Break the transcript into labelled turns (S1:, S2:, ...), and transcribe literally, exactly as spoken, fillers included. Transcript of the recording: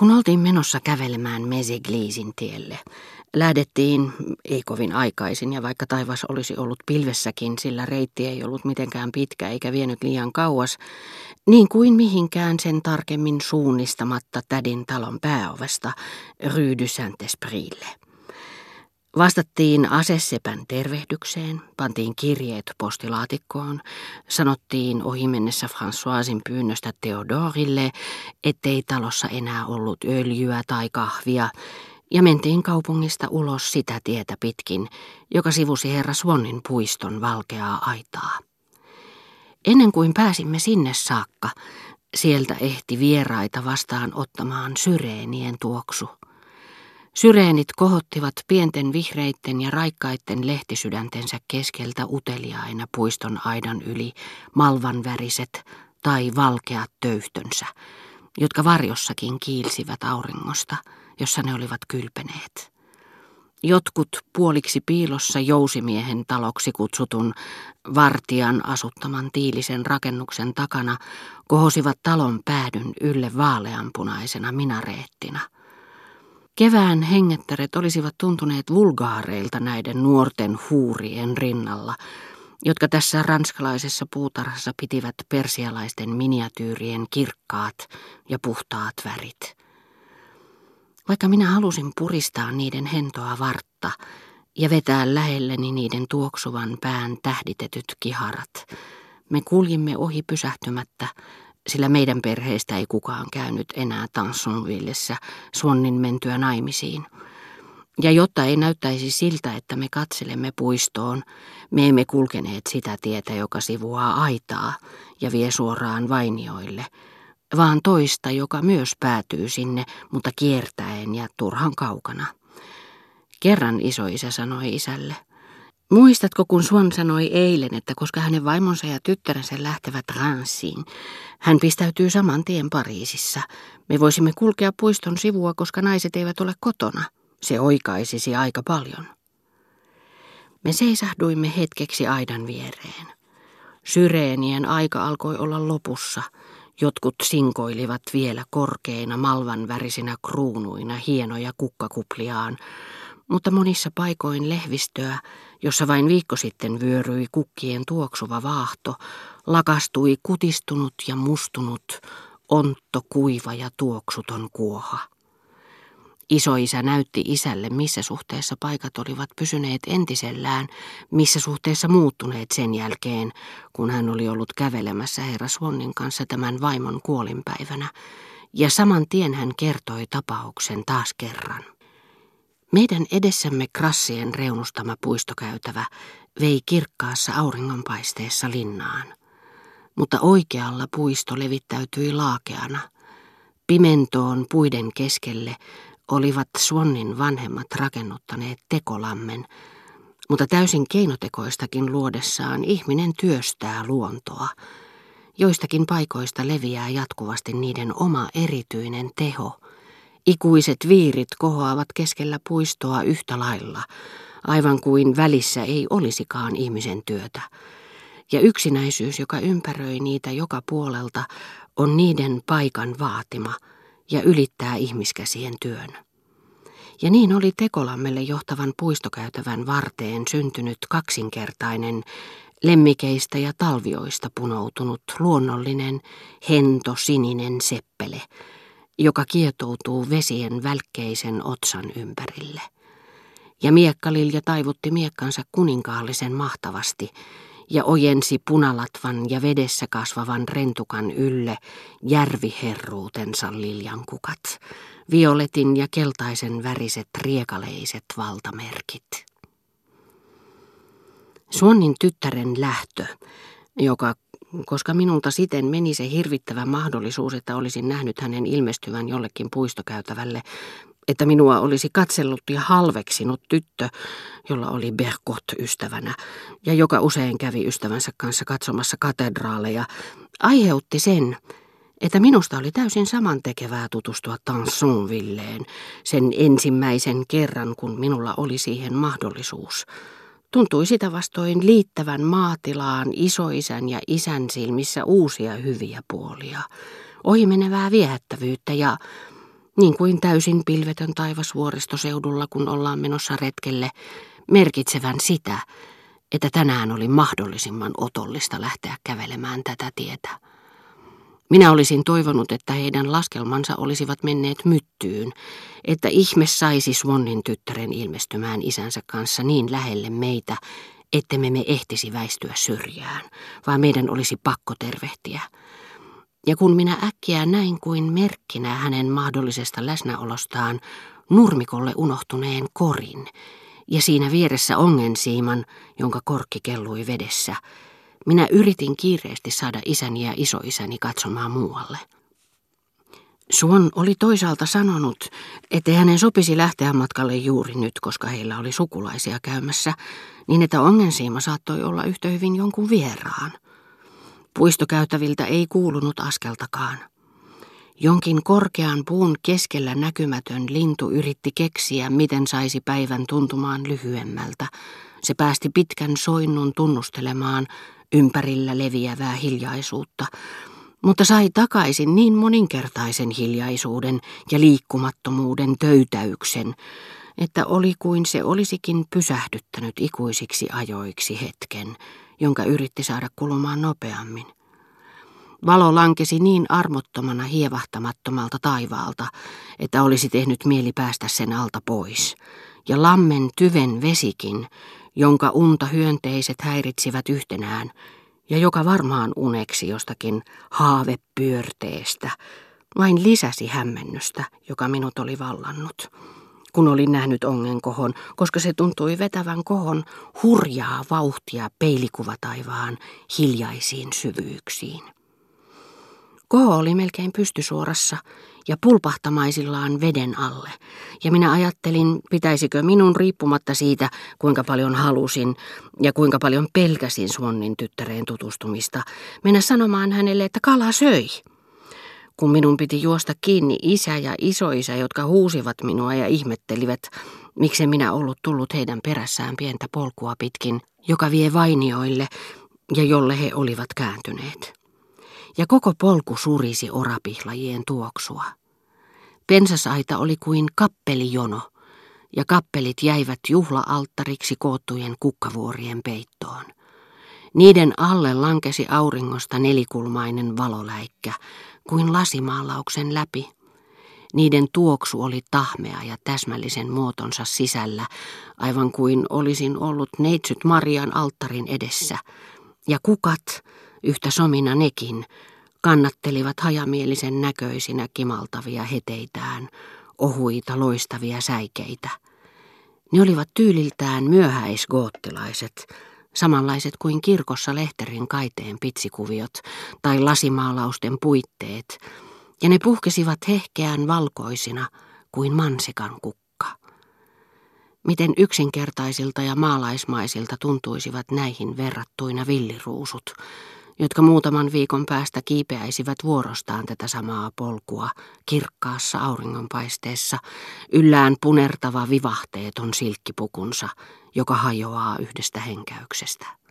S1: Kun oltiin menossa kävelemään Méséglisin tielle, lähdettiin ei kovin aikaisin ja vaikka taivas olisi ollut pilvessäkin, sillä reitti ei ollut mitenkään pitkä eikä vienyt liian kauas, niin kuin mihinkään sen tarkemmin suunnistamatta tädin talon pääovesta Rue du Saint-Esprille. Vastattiin asessepän tervehdykseen, pantiin kirjeet postilaatikkoon, sanottiin ohimennessä Françoisin pyynnöstä Theodorille, ettei talossa enää ollut öljyä tai kahvia, ja mentiin kaupungista ulos sitä tietä pitkin, joka sivusi herra Swannin puiston valkeaa aitaa. Ennen kuin pääsimme sinne saakka, sieltä ehti vieraita vastaan ottamaan syreenien tuoksu. Syreenit kohottivat pienten vihreitten ja raikkaitten lehtisydäntensä keskeltä uteliaina puiston aidan yli malvanväriset tai valkeat töyhtönsä, jotka varjossakin kiilsivät auringosta, jossa ne olivat kylpeneet. Jotkut puoliksi piilossa jousimiehen taloksi kutsutun vartijan asuttaman tiilisen rakennuksen takana kohosivat talon päädyn ylle vaaleanpunaisena minareettina. Kevään hengettäret olisivat tuntuneet vulgaareilta näiden nuorten huurien rinnalla, jotka tässä ranskalaisessa puutarhassa pitivät persialaisten miniatyyrien kirkkaat ja puhtaat värit. Vaikka minä halusin puristaa niiden hentoa vartta ja vetää lähelleni niiden tuoksuvan pään tähditetyt kiharat, me kuljimme ohi pysähtymättä, sillä meidän perheestä ei kukaan käynyt enää Tansonvillessä Swannin mentyä naimisiin. Ja jotta ei näyttäisi siltä, että me katselemme puistoon, me emme kulkeneet sitä tietä, joka sivuaa aitaa ja vie suoraan vainioille, vaan toista, joka myös päätyy sinne, mutta kiertäen ja turhan kaukana. Kerran isoisä sanoi isälle: muistatko, kun Swan sanoi eilen, että koska hänen vaimonsa ja tyttärensä lähtevät Reinciin, hän pistäytyy saman tien Pariisissa. Me voisimme kulkea puiston sivua, koska naiset eivät ole kotona. Se oikaisisi aika paljon. Me seisahduimme hetkeksi aidan viereen. Syreenien aika alkoi olla lopussa. Jotkut sinkoilivat vielä korkeina malvanvärisinä kruunuina hienoja kukkakupliaan, mutta monissa paikoin lehvistöä, jossa vain viikko sitten vyöryi kukkien tuoksuva vaahto, lakastui kutistunut ja mustunut, ontto, kuiva ja tuoksuton kuoha. Isoisä näytti isälle, missä suhteessa paikat olivat pysyneet entisellään, missä suhteessa muuttuneet sen jälkeen, kun hän oli ollut kävelemässä herra Swannin kanssa tämän vaimon kuolinpäivänä, ja saman tien hän kertoi tapauksen taas kerran. Meidän edessämme krassien reunustama puistokäytävä vei kirkkaassa auringonpaisteessa linnaan, mutta oikealla puisto levittäytyi laakeana. Pimentoon puiden keskelle olivat Swannin vanhemmat rakennuttaneet tekolammen, mutta täysin keinotekoistakin luodessaan ihminen työstää luontoa. Joistakin paikoista leviää jatkuvasti niiden oma erityinen teho. Ikuiset viirit kohoavat keskellä puistoa yhtä lailla, aivan kuin välissä ei olisikaan ihmisen työtä. Ja yksinäisyys, joka ympäröi niitä joka puolelta, on niiden paikan vaatima ja ylittää ihmiskäsien työn. Ja niin oli Tekolammelle johtavan puistokäytävän varteen syntynyt kaksinkertainen, lemmikeistä ja talvioista punoutunut luonnollinen, hento sininen seppele, joka kietoutuu vesien välkkeisen otsan ympärille. Ja miekkalilja taivutti miekkansa kuninkaallisen mahtavasti ja ojensi punalatvan ja vedessä kasvavan rentukan ylle järviherruutensa liljankukat, violetin ja keltaisen väriset riekaleiset valtamerkit. Swannin tyttären lähtö, joka, koska minulta siten meni se hirvittävä mahdollisuus, että olisin nähnyt hänen ilmestyvän jollekin puistokäytävälle, että minua olisi katsellut ja halveksinut tyttö, jolla oli Bergot ystävänä ja joka usein kävi ystävänsä kanssa katsomassa katedraaleja, aiheutti sen, että minusta oli täysin samantekevää tutustua Tansonvilleen sen ensimmäisen kerran, kun minulla oli siihen mahdollisuus. Tuntui sitä vastoin liittävän maatilaan isoisän ja isän silmissä uusia hyviä puolia, ohimenevää viehättävyyttä ja, niin kuin täysin pilvetön taivas vuoristoseudulla, kun ollaan menossa retkelle, merkitsevän sitä, että tänään oli mahdollisimman otollista lähteä kävelemään tätä tietä. Minä olisin toivonut, että heidän laskelmansa olisivat menneet myttyyn, että ihme saisi Swannin tyttären ilmestymään isänsä kanssa niin lähelle meitä, ettemme me ehtisi väistyä syrjään, vaan meidän olisi pakko tervehtiä. Ja kun minä äkkiä näin kuin merkkinä hänen mahdollisesta läsnäolostaan nurmikolle unohtuneen korin, ja siinä vieressä ongensiiman, jonka korkki kellui vedessä, minä yritin kiireesti saada isäni ja isoisäni katsomaan muualle. Swan oli toisaalta sanonut, ettei hänen sopisi lähteä matkalle juuri nyt, koska heillä oli sukulaisia käymässä, niin että ongensiima saattoi olla yhtä hyvin jonkun vieraan. Puistokäytäviltä ei kuulunut askeltakaan. Jonkin korkean puun keskellä näkymätön lintu yritti keksiä, miten saisi päivän tuntumaan lyhyemmältä. Se päästi pitkän soinnun tunnustelemaan ympärillä leviävää hiljaisuutta, mutta sai takaisin niin moninkertaisen hiljaisuuden ja liikkumattomuuden töytäyksen, että oli kuin se olisikin pysähdyttänyt ikuisiksi ajoiksi hetken, jonka yritti saada kulumaan nopeammin. Valo lankesi niin armottomana hievahtamattomalta taivaalta, että olisi tehnyt mieli päästä sen alta pois, ja lammen tyven vesikin, jonka unta hyönteiset häiritsivät yhtenään, ja joka varmaan uneksi jostakin haavepyörteestä, vain lisäsi hämmennystä, joka minut oli vallannut, kun olin nähnyt ongenkohon, koska se tuntui vetävän kohon hurjaa vauhtia peilikuvataivaan hiljaisiin syvyyksiin. Koho oli melkein pystysuorassa ja pulpahtamaisillaan veden alle, ja minä ajattelin, pitäisikö minun riippumatta siitä, kuinka paljon halusin ja kuinka paljon pelkäsin Swannin tyttäreen tutustumista, mennä sanomaan hänelle, että kala söi. Kun minun piti juosta kiinni isä ja isoisä, jotka huusivat minua ja ihmettelivät, miksi minä ollut tullut heidän perässään pientä polkua pitkin, joka vie vainioille ja jolle he olivat kääntyneet. Ja koko polku surisi orapihlajien tuoksua. Pensasaita oli kuin kappelijono, ja kappelit jäivät juhla-alttariksi koottujen kukkavuorien peittoon. Niiden alle lankesi auringosta nelikulmainen valoläikkä, kuin lasimaalauksen läpi. Niiden tuoksu oli tahmea ja täsmällisen muotonsa sisällä, aivan kuin olisin ollut neitsyt Marian alttarin edessä, ja kukat, yhtä somina nekin, kannattelivat hajamielisen näköisinä kimaltavia heteitään, ohuita loistavia säikeitä. Ne olivat tyyliltään myöhäisgoottilaiset, samanlaiset kuin kirkossa lehterin kaiteen pitsikuviot tai lasimaalausten puitteet, ja ne puhkesivat hehkeän valkoisina kuin mansikan kukka. Miten yksinkertaisilta ja maalaismaisilta tuntuisivat näihin verrattuina villiruusut, jotka muutaman viikon päästä kiipeäisivät vuorostaan tätä samaa polkua kirkkaassa auringonpaisteessa, yllään punertava vivahteeton silkkipukunsa, joka hajoaa yhdestä henkäyksestä.